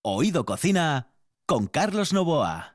Oído Cocina con Carlos Novoa.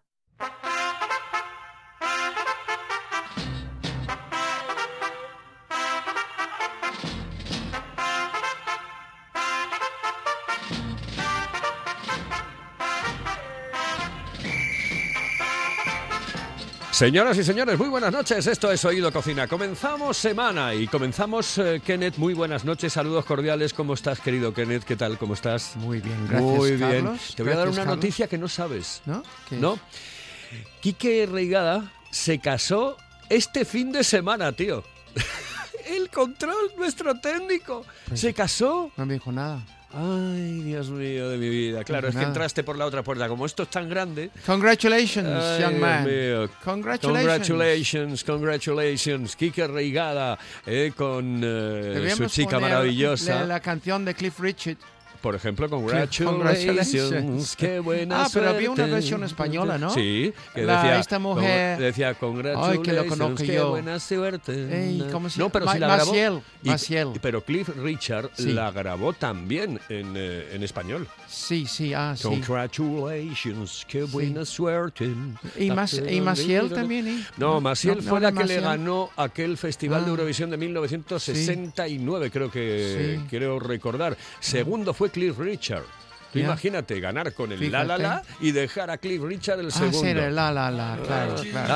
Señoras y señores, muy buenas noches. Esto es Oído Cocina. Comenzamos semana y comenzamos, Kenneth. Muy buenas noches, saludos cordiales. ¿Cómo estás, querido Kenneth? ¿Qué tal? ¿Cómo estás? Muy bien, gracias, muy bien. Carlos. Te voy a dar una Carlos. noticia que no sabes. ¿No? ¿Qué? ¿No? Quique Reigada se casó este fin de semana, tío. El control, nuestro técnico, Pues, se casó. No me dijo nada. Ay, Dios mío de mi vida. Claro, es que Nada. entraste por la otra puerta. Como esto es tan grande... Congratulations, Ay, young man. Dios mío. Congratulations, Quique Reigada, con su Debíamos chica poner maravillosa. la canción de Cliff Richard. Por ejemplo, Congratulations. congratulations, qué buena Pero había una suerte. versión española, ¿no? Sí, que Esta mujer... decía congratulations, Ay, que lo conozco qué yo. buena suerte. Ey, ¿cómo se No, llama? pero sí la grabó. Maciel. Pero Cliff Richard Sí. la grabó también en español. Sí. Congratulations, qué buena suerte. Y Maciel también, ¿eh? No, Maciel fue la que le Maciel. ganó aquel festival Ah. de Eurovisión de 1969, Sí. creo recordar. Segundo fue Cliff Richard. Tú Ya. imagínate ganar con el Fíjate. La La La y dejar a Cliff Richard el segundo. Sí, la, claro.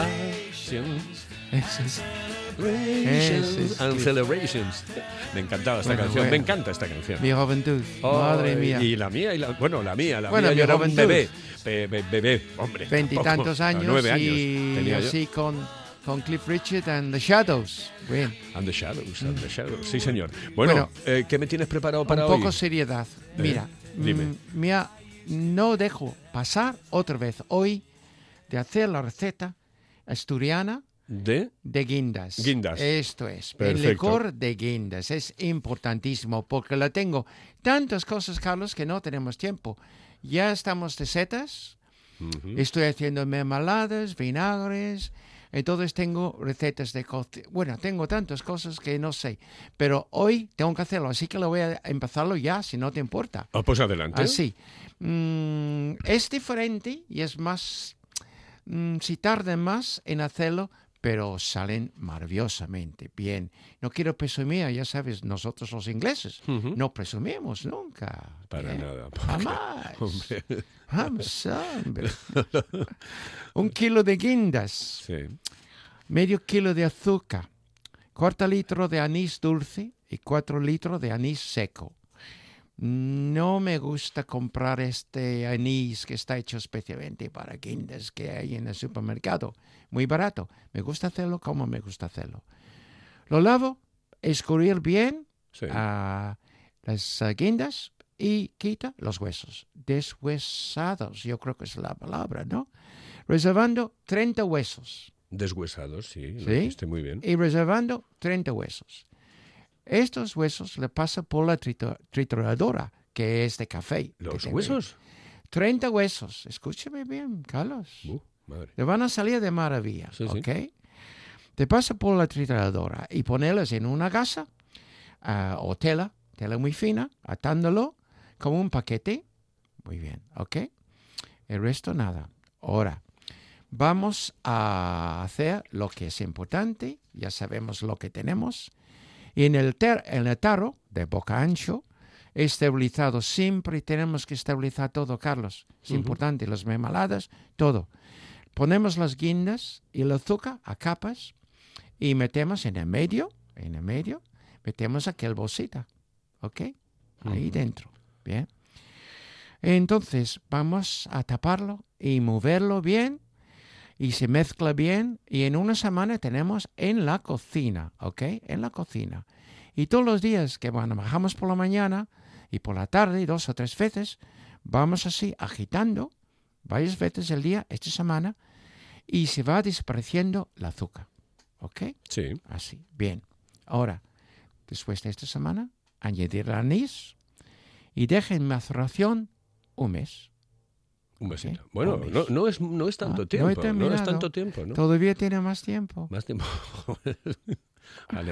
Ese. And celebrations. Me encantaba esta canción. Bueno. Me encanta esta canción. Mi juventud, madre Ay, mía. Y la mía, la mía Bueno, yo mi era un juventud. bebé, hombre. Veintitantos tampoco, años 9 años y tenía yo. así con Cliff Richard and the Shadows. Bien. And the Shadows, sí señor. Bueno, ¿qué me tienes preparado para Un hoy? poco seriedad. Mira, dime. no dejo pasar otra vez hoy de hacer la receta asturiana ¿De? de guindas. Guindas. Esto es. Perfecto. El licor de guindas es importantísimo porque la tengo tantas cosas, Carlos, que no tenemos tiempo. Ya estamos de setas. Ujú. Estoy haciendo mermeladas, vinagres. Entonces tengo recetas de cocina. Bueno, tengo tantas cosas que no sé. Pero hoy tengo que hacerlo, así que lo voy a empezarlo ya, si no te importa. Pues adelante. Así. Es diferente y es más... si tardan más en hacerlo, pero salen maravillosamente bien. No quiero presumir, ya sabes, nosotros los ingleses Ujú. no presumimos nunca. Para Bien. nada. Jamás. Hombre. Vamos, hombre. 1 kilo de guindas, Sí. medio kilo de azúcar, 4 litros de anís dulce y 4 litros de anís seco. No me gusta comprar este anís que está hecho especialmente para guindas que hay en el supermercado. Muy barato. Me gusta hacerlo como me gusta hacerlo. Lo lavo, escurrir bien Sí. las guindas y quita los huesos. Deshuesados, yo creo que es la palabra, ¿no? Reservando 30 huesos. Deshuesados, sí. Lo ¿Sí? dijiste muy bien. Y reservando 30 huesos. Estos huesos le pasa por la trituradora, que es de café. que ¿Los tengo ahí. huesos? 30 huesos. Escúchame bien, Carlos. Madre. Le van a salir de maravilla, Sí, sí. ¿ok? Te pasa por la trituradora y ponerlos en una gasa o tela muy fina, atándolo como un paquete. Muy bien, ¿ok? El resto nada. Ahora, vamos a hacer lo que es importante. Ya sabemos lo que tenemos. Y en el tarro de boca ancho, estabilizado. Siempre tenemos que estabilizar todo, Carlos. Es importante. Las mermeladas, todo. Ponemos las guindas y el azúcar a capas y metemos en el medio, metemos aquel bolsita. ¿Ok? Ahí dentro. Bien. Entonces, vamos a taparlo y moverlo bien. Y se mezcla bien y en una semana tenemos en la cocina, ¿ok? En la cocina. Y todos los días que bajamos por la mañana y por la tarde, 2 o 3 veces, vamos así agitando varias veces al día, esta semana, y se va desapareciendo el azúcar, ¿ok? Sí. Así, bien. Ahora, después de esta semana, añadir el anís y dejen en maceración 1 mes. Un besito. Ok, Bueno, un mes. no es tanto No tiempo. he terminado. No es tanto tiempo, ¿no? Todavía tiene más tiempo. Más tiempo. Vale.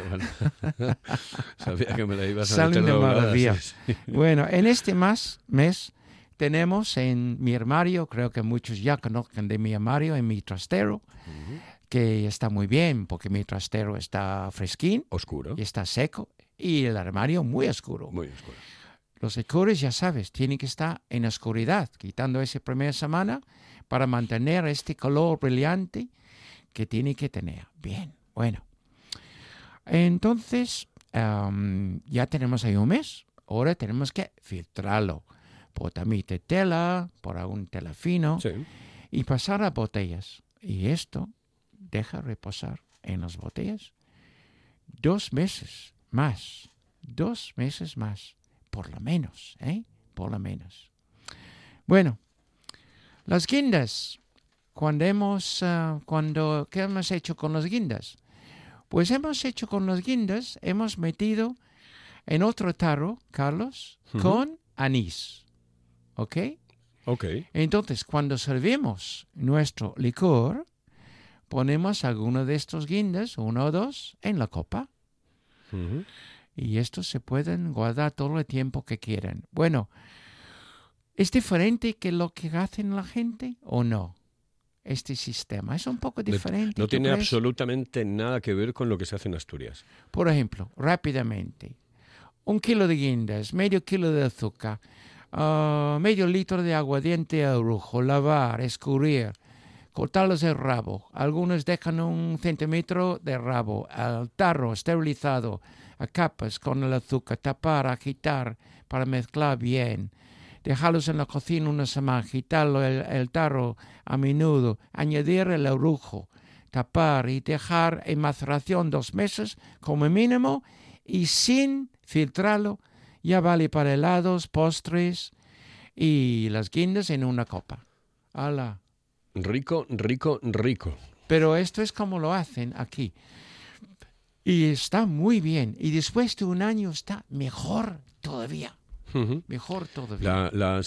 Sabía que me la ibas a Salen meter de doblada, maravilla. sí. Bueno, en este mes tenemos en mi armario, creo que muchos ya conocen de mi armario, en mi trastero, que está muy bien porque mi trastero está fresquín. Oscuro. Y está seco. Y el armario muy oscuro. Muy oscuro. Los licores, ya sabes, tienen que estar en oscuridad, quitando esa primera semana para mantener este color brillante que tiene que tener. Bien, bueno. Entonces, ya tenemos ahí un mes. Ahora tenemos que filtrarlo por también de tela, por un tela fino, Sí. y pasar a botellas. Y esto deja reposar en las botellas 2 meses más. 2 meses más. Por lo menos, Por lo menos. Bueno, las guindas. ¿Qué hemos hecho con las guindas? Pues hemos metido en otro tarro, Carlos, con anís. ¿Ok? Ok. Entonces, cuando servimos nuestro licor, ponemos alguno de estos guindas, 1 o 2, en la copa. Ujú. Y estos se pueden guardar todo el tiempo que quieran. Bueno, ¿es diferente que lo que hacen la gente o no? Este sistema es un poco diferente. No ¿tú tiene crees? absolutamente nada que ver con lo que se hace en Asturias. Por ejemplo, rápidamente, 1 kilo de guindas, medio kilo de azúcar, medio litro de aguardiente a orujo, lavar, escurrir, cortarlos el rabo. Algunos dejan 1 centímetro de rabo, al tarro esterilizado, a capas con el azúcar, tapar, agitar para mezclar bien. Dejarlos en la cocina 1 semana, agitarlo el tarro a menudo, añadir el orujo, tapar y dejar en maceración 2 meses como mínimo y sin filtrarlo. Ya vale para helados, postres y las guindas en una copa. ¡Hala! Rico, rico, rico. Pero esto es como lo hacen aquí. Y está muy bien. Y después de 1 año está mejor todavía. Ujú. Mejor todavía.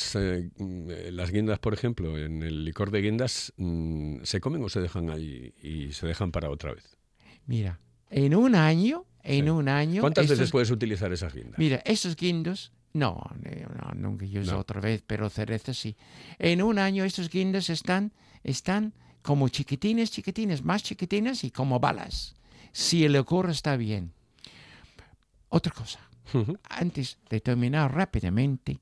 Las guindas, por ejemplo, en el licor de guindas, ¿se comen o se dejan ahí y se dejan para otra vez? Mira, en un año... ¿Cuántas veces estos- puedes utilizar esas guindas? Mira, estos guindos... No, nunca yo uso No. otra vez, pero cereza sí. En 1 año estos guindos están como chiquitines, más chiquitines y como balas. Si el licor está bien. Otra cosa. Ujú. Antes de terminar rápidamente,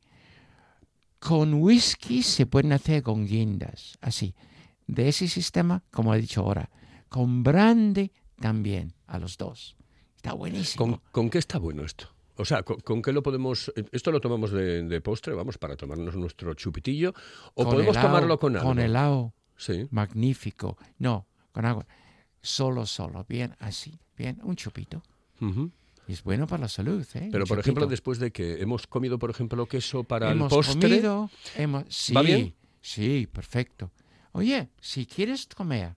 con whisky se pueden hacer con guindas, así, de ese sistema, como he dicho ahora, con brandy también, a los 2. Está buenísimo. ¿Con qué está bueno esto? O sea, ¿con qué lo podemos...? ¿Esto lo tomamos de postre, vamos, para tomarnos nuestro chupitillo? ¿O Con podemos helado, tomarlo con algo? Con helado, Sí. magnífico. No, con agua. Solo, bien, así, bien, un chupito. Ujú. Es bueno para la salud, ¿eh? Pero, Un por ejemplo, chupito. después de que hemos comido, por ejemplo, queso para Hemos el postre... comido, sí, ¿Va bien? Sí, perfecto. Oye, si quieres comer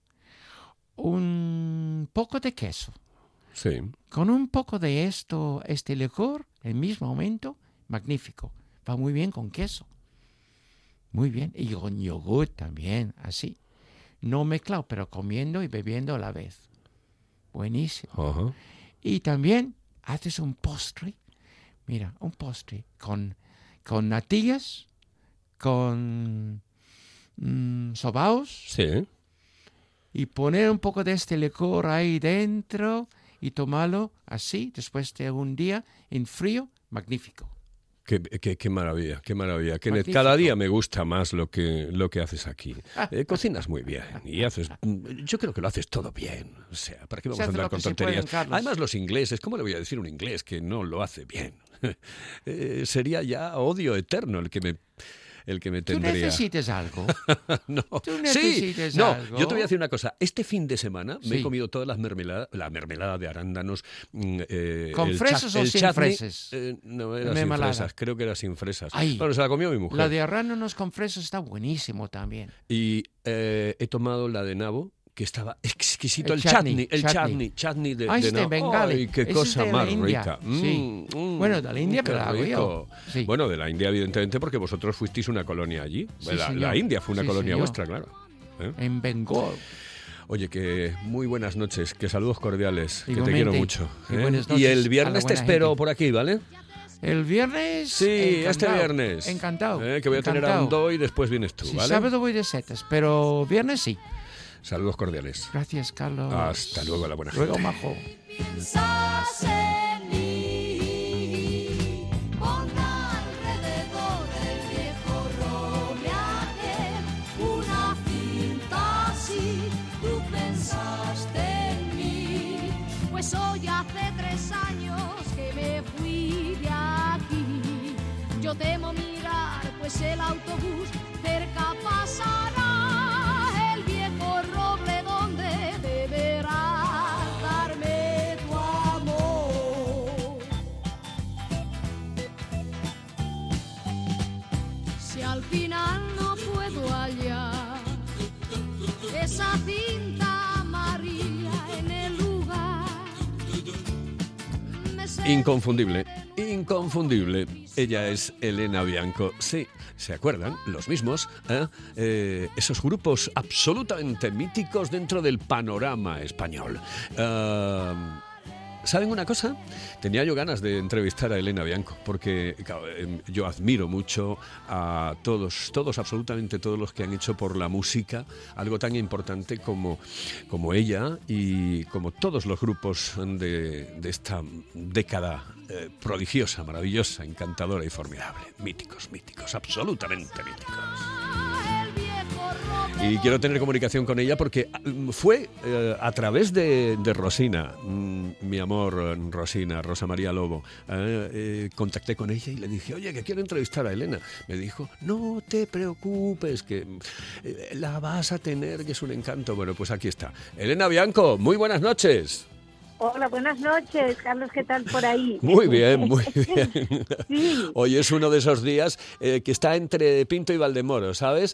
un poco de queso, Sí. con un poco de este licor, el mismo momento, magnífico. Va muy bien con queso. Muy bien. Y con yogur también, así. No mezclado, pero comiendo y bebiendo a la vez. Buenísimo. Ajá. Y también haces un postre. Mira, un postre con natillas, con sobaos, Sí. y poner un poco de este licor ahí dentro y tomarlo así, después de un día en frío, magnífico. Qué maravilla, qué maravilla. Kenneth, Magnífico. cada día me gusta más lo que haces aquí. Cocinas muy bien y haces... Yo creo que lo haces todo bien. O sea, ¿para qué Se vamos a hace andar lo con que se puede, tonterías? Carlos. Además, los ingleses, ¿cómo le voy a decir a un inglés que no lo hace bien? Sería ya odio eterno el que me Tú tendría. necesitas algo. No. Tú Sí, necesitas no, algo. yo te voy a decir una cosa. Este fin de semana me he Sí. comido todas las mermeladas, la mermelada de arándanos. ¿Con fresas o sin fresas? No, era sin Mermelada. fresas, creo que era sin fresas. Ay. Bueno, se la comió mi mujer. La de arándanos con fresas está buenísimo también. Y he tomado la de nabo, que estaba exquisito. El El chutney, chutney de Ah, este nabo. bengali. Ay, qué Ese es cosa de la más India. rica. Sí. Bueno, de la India, qué pero la hago yo. rico. Sí. Bueno, de la India, evidentemente, porque vosotros fuisteis una colonia allí. Sí, la señor. India fue una Sí, colonia señor. vuestra, claro. ¿Eh? En Bengal. Oye, que muy buenas noches, que saludos cordiales, que te Igualmente. quiero mucho. Y buenas Y noches el a viernes la te buena espero gente. por aquí, ¿vale? El viernes. Sí, encantado, este viernes. Encantado. Que voy a tener a Ando y después vienes tú, Sí, ¿vale? sábado voy de setas, pero viernes sí. Saludos cordiales. Gracias, Carlos. Hasta luego, la buena gente. Luego, Majo. Piensas en mí, por alrededor del viejo roble una cinta así, tú pensaste en mí, pues hoy hace 3 años que me fui de aquí. Yo temo mirar, pues el autobús cerca pasará, el viejo roble donde deberás darme tu amor. Si al final no puedo hallar esa cinta amarilla en el lugar, me sé Inconfundible, inconfundible. Ella es Elena Bianco. Sí, ¿se acuerdan? Los mismos, esos grupos absolutamente míticos dentro del panorama español. ¿Saben una cosa? Tenía yo ganas de entrevistar a Elena Bianco, porque claro, yo admiro mucho a todos, absolutamente todos los que han hecho por la música algo tan importante como ella y como todos los grupos de esta década prodigiosa, maravillosa, encantadora y formidable. Míticos, absolutamente míticos. Y quiero tener comunicación con ella porque fue a través de Rosina, mi amor Rosina, Rosa María Lobo. Contacté con ella y le dije, oye, que quiero entrevistar a Elena. Me dijo, no te preocupes, que la vas a tener, que es un encanto. Bueno, pues aquí está. Elena Bianco, muy buenas noches. Hola, buenas noches, Carlos, ¿qué tal por ahí? Muy bien, muy bien. Sí. Hoy es uno de esos días que está entre Pinto y Valdemoro, ¿sabes?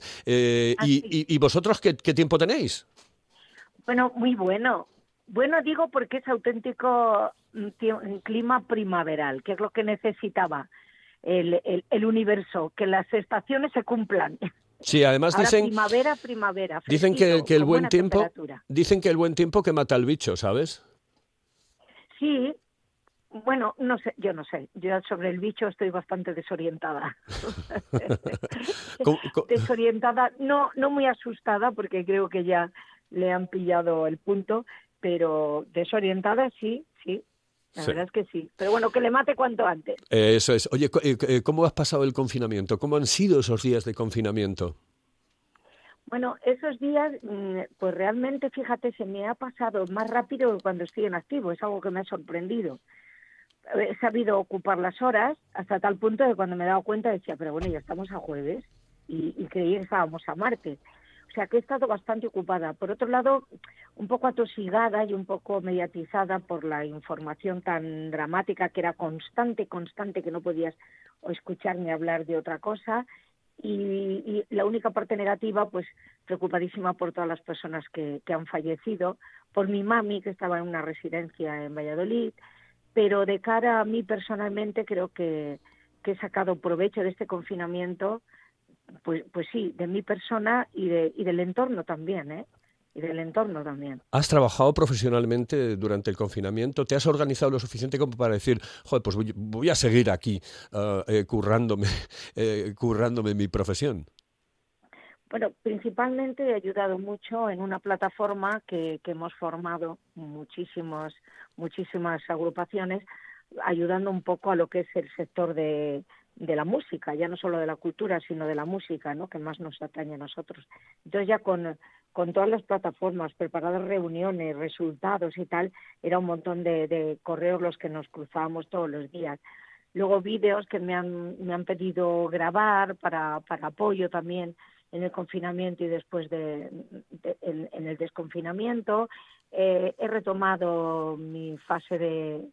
Y vosotros, ¿qué tiempo tenéis? Bueno, muy bueno. Bueno, digo porque es auténtico clima primaveral, que es lo que necesitaba el universo, que las estaciones se cumplan. Sí, además Ahora dicen primavera, dicen fresquito, que el con buen buena tiempo, temperatura. dicen que el buen tiempo que mata al bicho, ¿sabes? Sí, bueno, no sé, yo no sé. Yo sobre el bicho estoy bastante desorientada. ¿Cómo? Desorientada, no muy asustada, porque creo que ya le han pillado el punto, pero desorientada sí. La Sí. verdad es que sí. Pero bueno, que le mate cuanto antes. Eso es. Oye, ¿cómo has pasado el confinamiento? ¿Cómo han sido esos días de confinamiento? Bueno, esos días, pues realmente, fíjate, se me ha pasado más rápido que cuando estoy en activo. Es algo que me ha sorprendido. He sabido ocupar las horas hasta tal punto que cuando me he dado cuenta decía, pero bueno, ya estamos a jueves y creí que estábamos a martes. O sea que he estado bastante ocupada. Por otro lado, un poco atosigada y un poco mediatizada por la información tan dramática que era constante, que no podías o escuchar ni hablar de otra cosa. Y la única parte negativa, pues preocupadísima por todas las personas que han fallecido, por mi mami, que estaba en una residencia en Valladolid, pero de cara a mí personalmente creo que he sacado provecho de este confinamiento, pues sí, de mi persona y del entorno también, ¿eh? Y del entorno también. ¿Has trabajado profesionalmente durante el confinamiento? ¿Te has organizado lo suficiente como para decir, joder, pues voy a seguir aquí currándome mi profesión? Bueno, principalmente he ayudado mucho en una plataforma que hemos formado muchísimas agrupaciones, ayudando un poco a lo que es el sector de la música, ya no solo de la cultura, sino de la música, ¿no? Que más nos atañe a nosotros. Entonces ya con todas las plataformas, preparadas reuniones, resultados y tal, era un montón de correos los que nos cruzábamos todos los días. Luego vídeos que me han pedido grabar para apoyo también en el confinamiento y después en el desconfinamiento. He retomado mi fase de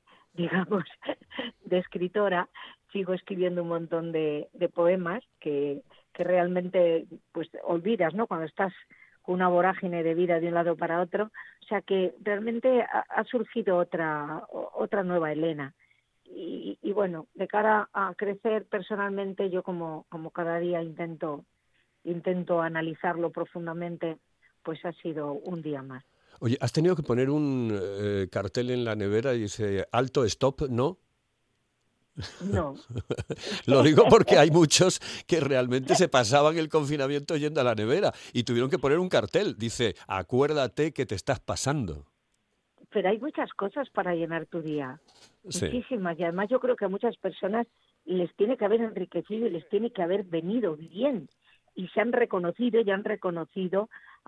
escritora. Sigo escribiendo un montón de poemas que realmente pues olvidas, ¿no? Cuando estás con una vorágine de vida de un lado para otro. O sea que realmente ha surgido otra nueva Elena. Y bueno, de cara a crecer personalmente, yo como cada día intento analizarlo profundamente, pues ha sido un día más. Oye, ¿has tenido que poner un cartel en la nevera y dice alto, stop, no? No. Lo digo porque hay muchos que realmente se pasaban el confinamiento yendo a la nevera y tuvieron que poner un cartel. Dice, acuérdate que te estás pasando. Pero hay muchas cosas para llenar tu día, Sí. muchísimas, y además yo creo que a muchas personas les tiene que haber enriquecido y les tiene que haber venido bien, y se han reconocido y han reconocido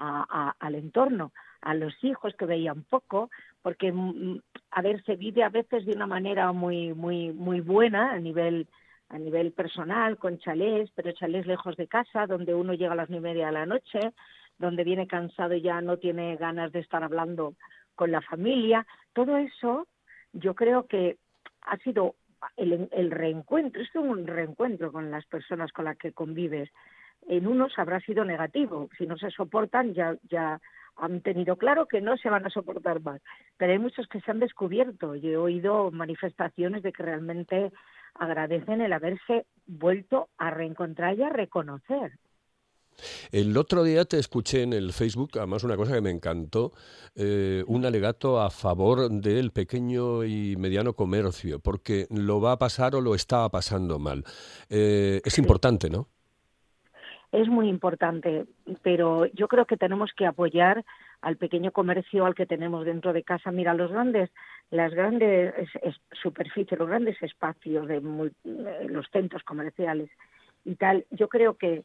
al entorno, a los hijos que veían poco, porque a ver, se vive a veces de una manera muy buena a nivel personal, con chalés, pero chalés lejos de casa, donde uno llega a las 9:30 de la noche, donde viene cansado y ya no tiene ganas de estar hablando con la familia. Todo eso yo creo que ha sido el reencuentro, es un reencuentro con las personas con las que convives. En unos habrá sido negativo, si no se soportan ya han tenido claro que no se van a soportar más, pero hay muchos que se han descubierto. Yo he oído manifestaciones de que realmente agradecen el haberse vuelto a reencontrar y a reconocer. El otro día te escuché en el Facebook, además una cosa que me encantó, un alegato a favor del pequeño y mediano comercio, porque lo va a pasar o lo está pasando mal. Es importante, ¿no? Es muy importante, pero yo creo que tenemos que apoyar al pequeño comercio al que tenemos dentro de casa. Mira, las grandes superficies, los grandes espacios de los centros comerciales y tal, yo creo que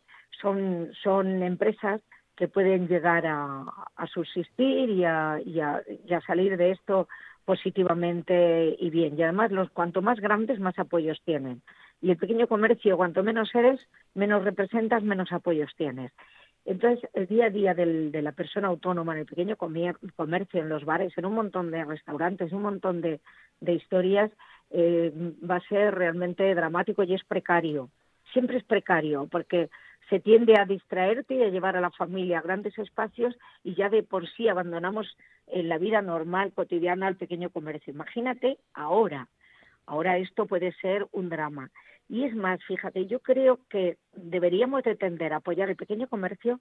son empresas que pueden llegar a subsistir y a salir de esto positivamente y bien. Y además, cuanto más grandes, más apoyos tienen. Y el pequeño comercio, cuanto menos eres, menos representas, menos apoyos tienes. Entonces, el día a día de la persona autónoma en el pequeño comercio, en los bares, en un montón de restaurantes, un montón de historias, va a ser realmente dramático y es precario. Siempre es precario, porque se tiende a distraerte y a llevar a la familia a grandes espacios y ya de por sí abandonamos en la vida normal, cotidiana, al pequeño comercio. Imagínate ahora esto puede ser un drama. Y es más, fíjate, yo creo que deberíamos de tender a apoyar el pequeño comercio,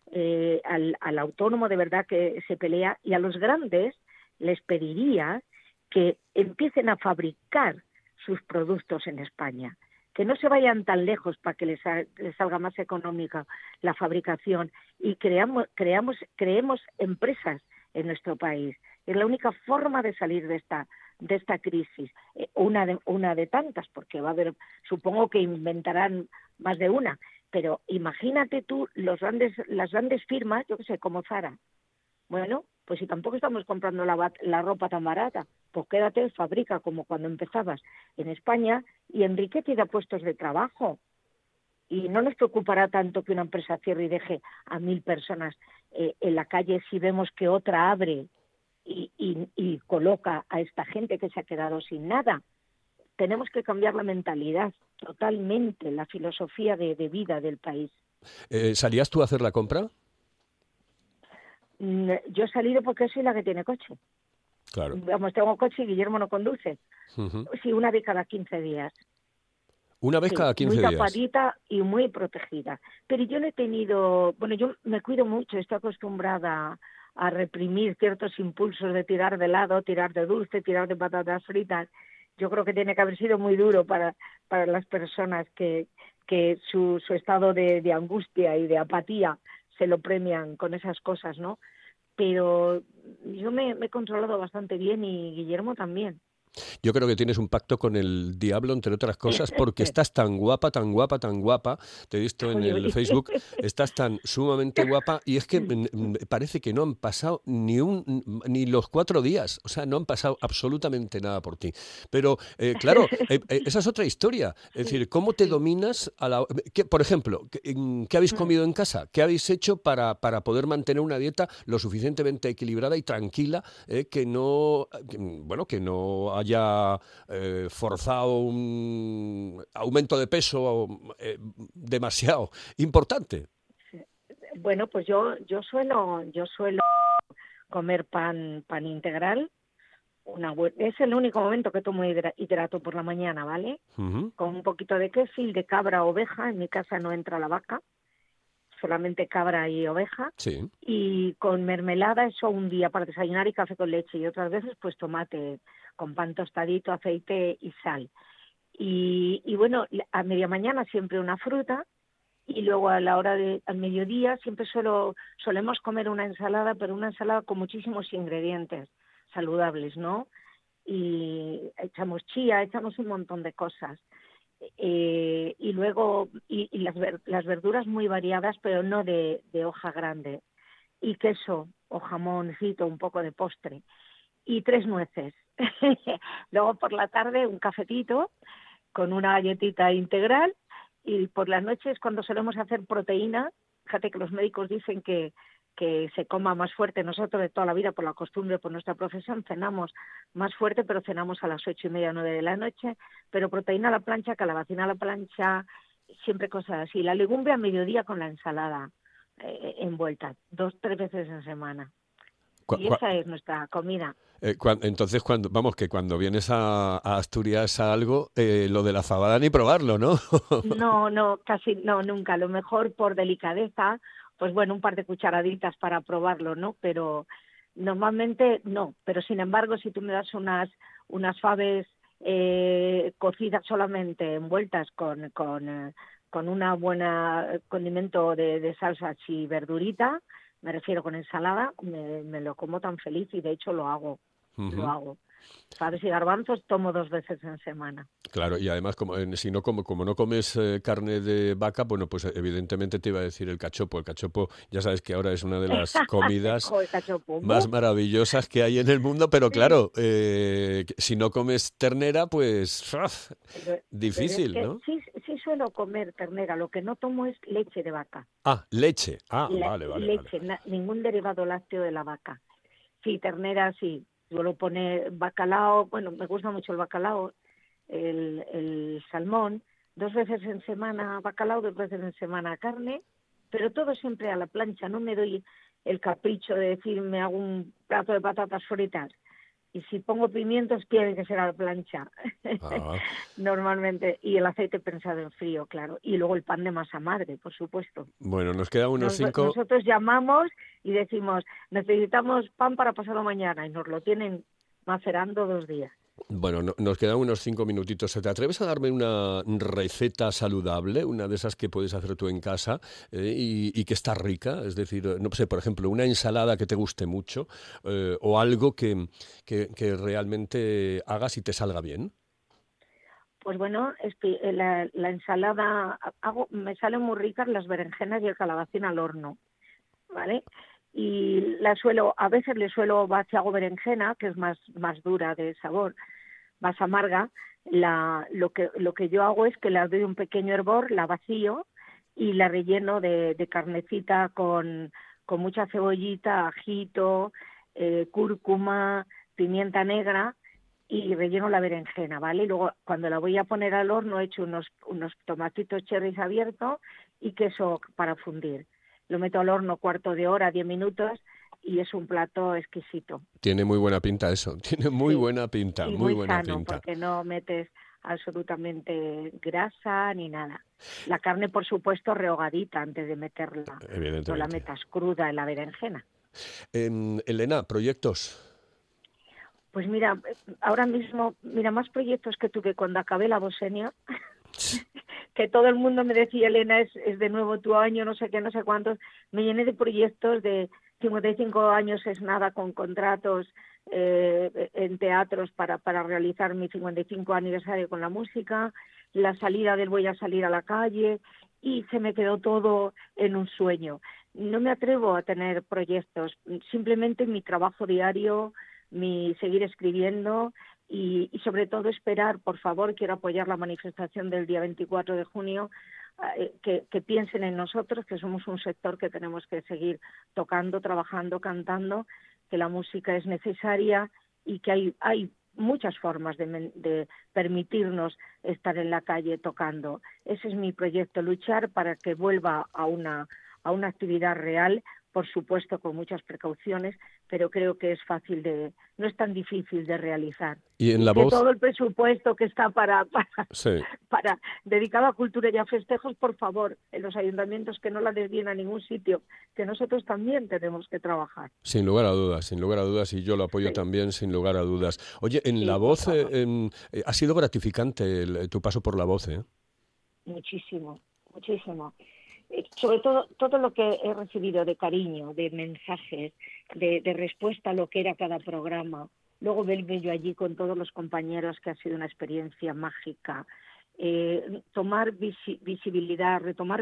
al autónomo de verdad que se pelea, y a los grandes les pediría que empiecen a fabricar sus productos en España, que no se vayan tan lejos para que les salga más económica la fabricación y creemos empresas en nuestro país. Es la única forma de salir de esta crisis, una de tantas, porque va a haber, supongo que inventarán más de una, pero imagínate tú las grandes firmas, yo qué sé, como Zara. Bueno, pues si tampoco estamos comprando la ropa tan barata, pues quédate, fabrica como cuando empezabas en España y enriquece y da puestos de trabajo. Y no nos preocupará tanto que una empresa cierre y deje a 1.000 personas en la calle si vemos que otra abre y coloca a esta gente que se ha quedado sin nada. Tenemos que cambiar la mentalidad totalmente, la filosofía de vida del país. ¿Salías tú a hacer la compra? Yo he salido porque soy la que tiene coche. Claro. Vamos, tengo coche y Guillermo no conduce. Uh-huh. Sí, una vez cada 15 días. Una vez cada 15 días. Muy tapadita y muy protegida. Pero yo no he tenido... Bueno, yo me cuido mucho, estoy acostumbrada a reprimir ciertos impulsos de tirar de helado, tirar de dulce, tirar de patatas fritas. Yo creo que tiene que haber sido muy duro para las personas que su estado de angustia y de apatía se lo premian con esas cosas, ¿no? Pero yo me he controlado bastante bien y Guillermo también. Yo creo que tienes un pacto con el diablo, entre otras cosas, porque estás tan guapa, tan guapa, tan guapa. Te he visto en el Facebook, estás tan sumamente guapa y es que parece que no han pasado ni los 4 días. O sea, no han pasado absolutamente nada por ti. Pero, claro, esa es otra historia. Es decir, ¿cómo te dominas por ejemplo, ¿qué habéis comido en casa? ¿Qué habéis hecho para poder mantener una dieta lo suficientemente equilibrada y tranquila que no haya forzado un aumento de peso demasiado importante? Bueno, pues yo suelo comer pan integral. Es el único momento que tomo hidrato por la mañana, ¿vale? Uh-huh. Con un poquito de queso, de cabra o oveja. En mi casa no entra la vaca, solamente cabra y oveja. Sí. Y con mermelada, eso un día para desayunar, y café con leche, y otras veces pues tomate con pan tostadito, aceite y sal. Y bueno, a media mañana siempre una fruta, y luego a la hora al mediodía siempre solemos comer una ensalada, pero una ensalada con muchísimos ingredientes saludables, ¿no? Y echamos chía, echamos un montón de cosas. Y luego las verduras muy variadas, pero no de hoja grande. Y queso o jamoncito, un poco de postre. Y 3 nueces. Luego por la tarde un cafetito con una galletita integral, y por las noches cuando solemos hacer proteína, fíjate que los médicos dicen que se coma más fuerte. Nosotros de toda la vida, por la costumbre, por nuestra profesión, cenamos más fuerte, pero cenamos a las 8:30 o 9 de la noche, pero proteína a la plancha, calabacina a la plancha, siempre cosas así. La legumbre a mediodía con la ensalada envuelta, 2-3 veces en semana. Y esa es nuestra comida. Entonces, cuando vienes a Asturias a algo, lo de la fabada ni probarlo, ¿no? No, casi no, nunca. A lo mejor por delicadeza, pues bueno, un par de cucharaditas para probarlo, ¿no? Pero normalmente no. Pero sin embargo, si tú me das unas faves cocidas solamente, envueltas con una buena condimento de salsas y verdurita, me refiero con ensalada, me lo como tan feliz, y de hecho lo hago. Lo hago. Faves y garbanzos tomo 2 veces en semana. Claro, y además, como no comes carne de vaca, bueno, pues evidentemente te iba a decir el cachopo. El cachopo, ya sabes que ahora es una de las comidas más maravillosas que hay en el mundo, pero claro, si no comes ternera, pues difícil, pero es que ¿no? Sí suelo comer ternera, lo que no tomo es leche de vaca. Ah, leche. Vale. Leche, ningún derivado lácteo de la vaca. Sí, ternera sí. Suelo poner bacalao, bueno, me gusta mucho el bacalao, el salmón, 2 veces en semana bacalao, 2 veces en semana carne, pero todo siempre a la plancha. No me doy el capricho de decir me hago un plato de patatas fritas y si pongo pimientos tiene que ser a la plancha. Normalmente. Y el aceite prensado en frío, claro. Y luego el pan de masa madre, por supuesto. Bueno, nos quedan unos 5... Nosotros llamamos y decimos, necesitamos pan para pasado mañana, y nos lo tienen macerando 2 días. Bueno, nos quedan unos 5 minutitos. ¿Te atreves a darme una receta saludable, una de esas que puedes hacer tú en casa y que está rica? Es decir, no sé, por ejemplo, una ensalada que te guste mucho o algo que realmente hagas y te salga bien. Pues bueno, la ensalada me salen muy ricas las berenjenas y el calabacín al horno, ¿vale? Y a veces si hago berenjena, que es más dura de sabor, más amarga, lo que yo hago es que la doy un pequeño hervor, la vacío y la relleno de carnecita con mucha cebollita, ajito, cúrcuma, pimienta negra, y relleno la berenjena, ¿vale? Y luego cuando la voy a poner al horno he hecho unos tomatitos cherries abiertos y queso para fundir. Lo meto al horno 1/4 de hora, 10 minutos, y es un plato exquisito. Tiene muy buena pinta eso, tiene muy buena pinta, y muy buena sano, pinta. Porque no metes absolutamente grasa ni nada. La carne, por supuesto, rehogadita antes de meterla. Evidentemente. No la metas cruda en la berenjena. Elena, ¿proyectos? Pues mira, ahora mismo, más proyectos que tuve cuando acabé la Bosenia, que todo el mundo me decía, Elena, es de nuevo tu año, no sé qué, no sé cuántos. Me llené de proyectos de 55 años es nada, con contratos en teatros para realizar mi 55 aniversario con la música, la salida del Voy a salir a la calle, y se me quedó todo en un sueño. No me atrevo a tener proyectos, simplemente mi trabajo diario, mi seguir escribiendo y sobre todo esperar, por favor, quiero apoyar la manifestación del día 24 de junio, que piensen en nosotros, que somos un sector que tenemos que seguir tocando, trabajando, cantando, que la música es necesaria y que hay muchas formas de permitirnos estar en la calle tocando. Ese es mi proyecto, luchar para que vuelva a una actividad real, por supuesto con muchas precauciones, pero creo que es no es tan difícil de realizar. Y en la que voz... todo el presupuesto que está Sí. para dedicado a cultura y a festejos, por favor, en los ayuntamientos, que no la desvíen a ningún sitio, que nosotros también tenemos que trabajar. Sin lugar a dudas, y yo lo apoyo también, sin lugar a dudas. Oye, en la voz ha sido gratificante tu paso por la voz, ¿eh? Muchísimo. Sobre todo lo que he recibido de cariño, de mensajes, de respuesta a lo que era cada programa. Luego verme yo allí con todos los compañeros, que ha sido una experiencia mágica. Retomar visibilidad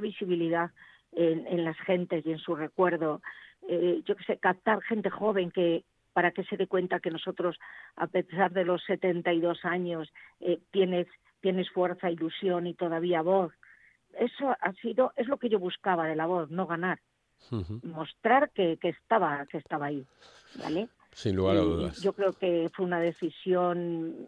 en las gentes y en su recuerdo. Yo qué sé, captar gente joven para que se dé cuenta que nosotros, a pesar de los 72 años, tienes fuerza, ilusión y todavía voz. Eso es lo que yo buscaba de la voz, no ganar. Uh-huh. Mostrar que estaba ahí, ¿vale? Sin lugar a dudas. Yo creo que fue una decisión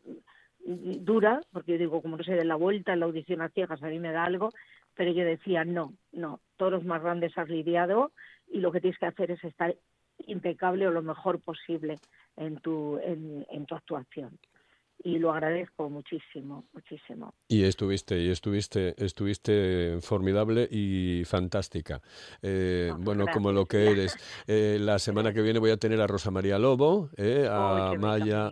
dura, porque yo digo, como no sé, de la vuelta en la audición a ciegas a mí me da algo, pero yo decía, no, todos los más grandes has lidiado y lo que tienes que hacer es estar impecable o lo mejor posible en tu actuación. Y lo agradezco muchísimo. Y estuviste formidable y fantástica. Bueno, como lo que eres. La semana que viene voy a tener a Rosa María Lobo, a Maya,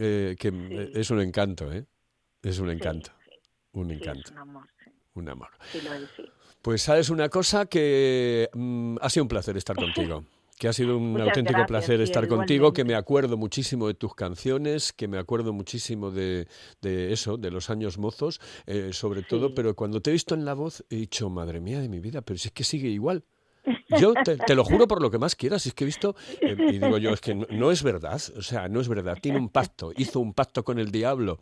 que es un encanto, ¿eh? Es un encanto. Sí. Un encanto. Es un amor, sí. Un amor. Sí, lo es, sí. Pues sabes una cosa, que ha sido un placer estar contigo. Que ha sido un auténtico placer estar contigo, que me acuerdo muchísimo de tus canciones, que me acuerdo muchísimo de los años mozos, sobre todo, pero cuando te he visto en la voz he dicho, madre mía de mi vida, pero si es que sigue igual. Yo te lo juro por lo que más quieras, es que he visto, y digo yo, es que no es verdad, o sea, no es verdad, tiene un pacto, hizo un pacto con el diablo.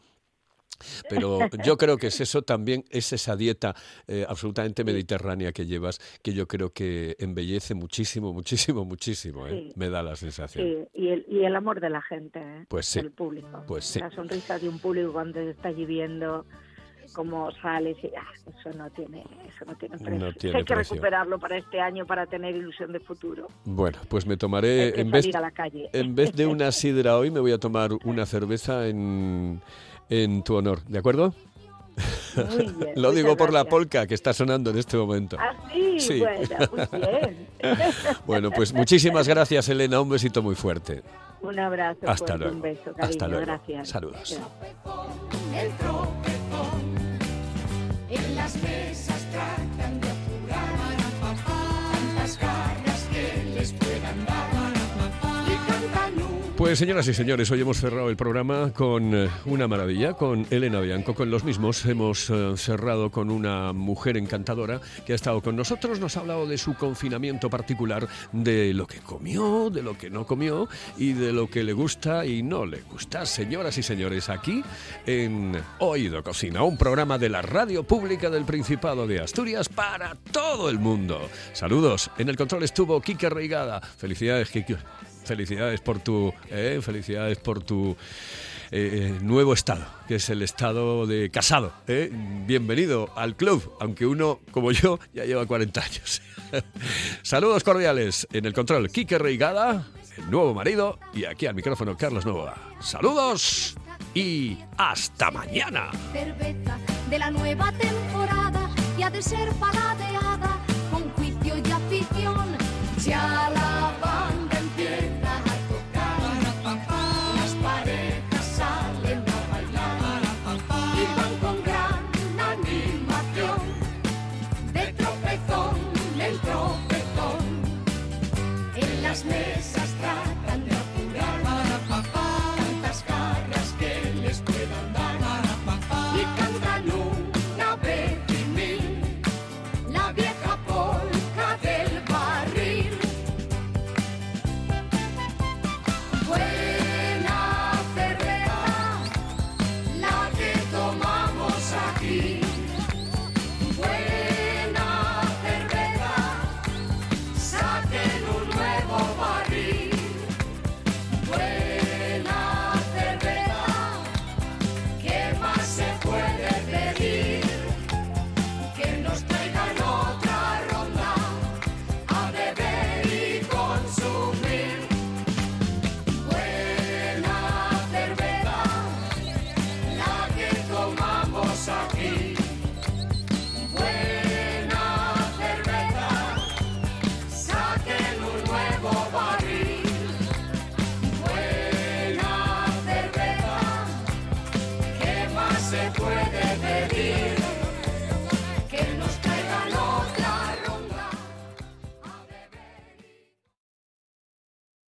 Pero yo creo que es eso también, es esa dieta absolutamente mediterránea que llevas, que yo creo que embellece muchísimo, ¿eh? Me da la sensación. Sí, y el amor de la gente, pues sí, del público. Pues sí. La sonrisa de un público cuando está allí viendo cómo sales y eso no tiene precio. No tiene Hay que precio. recuperarlo para este año, para tener ilusión de futuro. Bueno, pues me tomaré, Hay que salir a la calle. En vez de una sidra hoy, me voy a tomar una cerveza en tu honor, ¿de acuerdo? Muy bien. Lo digo por la gracias. polca que está sonando en este momento. Ah, sí, Sí. Bueno, muy bien. Bueno, pues muchísimas gracias, Elena, un besito muy fuerte. Un abrazo, Hasta fuerte, luego. un beso, cariño, Hasta luego. gracias. Saludos. El tropezón. En las mesas tratan de apurar tantas caras que les puedan dar. Y cantan Pues señoras y señores, hoy hemos cerrado el programa con una maravilla, con Elena Bianco, con los mismos. Hemos cerrado con una mujer encantadora que ha estado con nosotros, nos ha hablado de su confinamiento particular, de lo que comió, de lo que no comió y de lo que le gusta y no le gusta. Señoras y señores, aquí en Oído Cocina, un programa de la radio pública del Principado de Asturias para todo el mundo. Saludos, en el control estuvo Quique Reigada. Felicidades, Quique. Felicidades por tu nuevo estado, que es el estado de casado. Bienvenido al club, aunque uno, como yo, ya lleva 40 años. Saludos cordiales. En el control, Quique Reigada, el nuevo marido, y aquí al micrófono, Carlos Novoa. Saludos y hasta mañana. cerveza de la nueva temporada y ha de ser para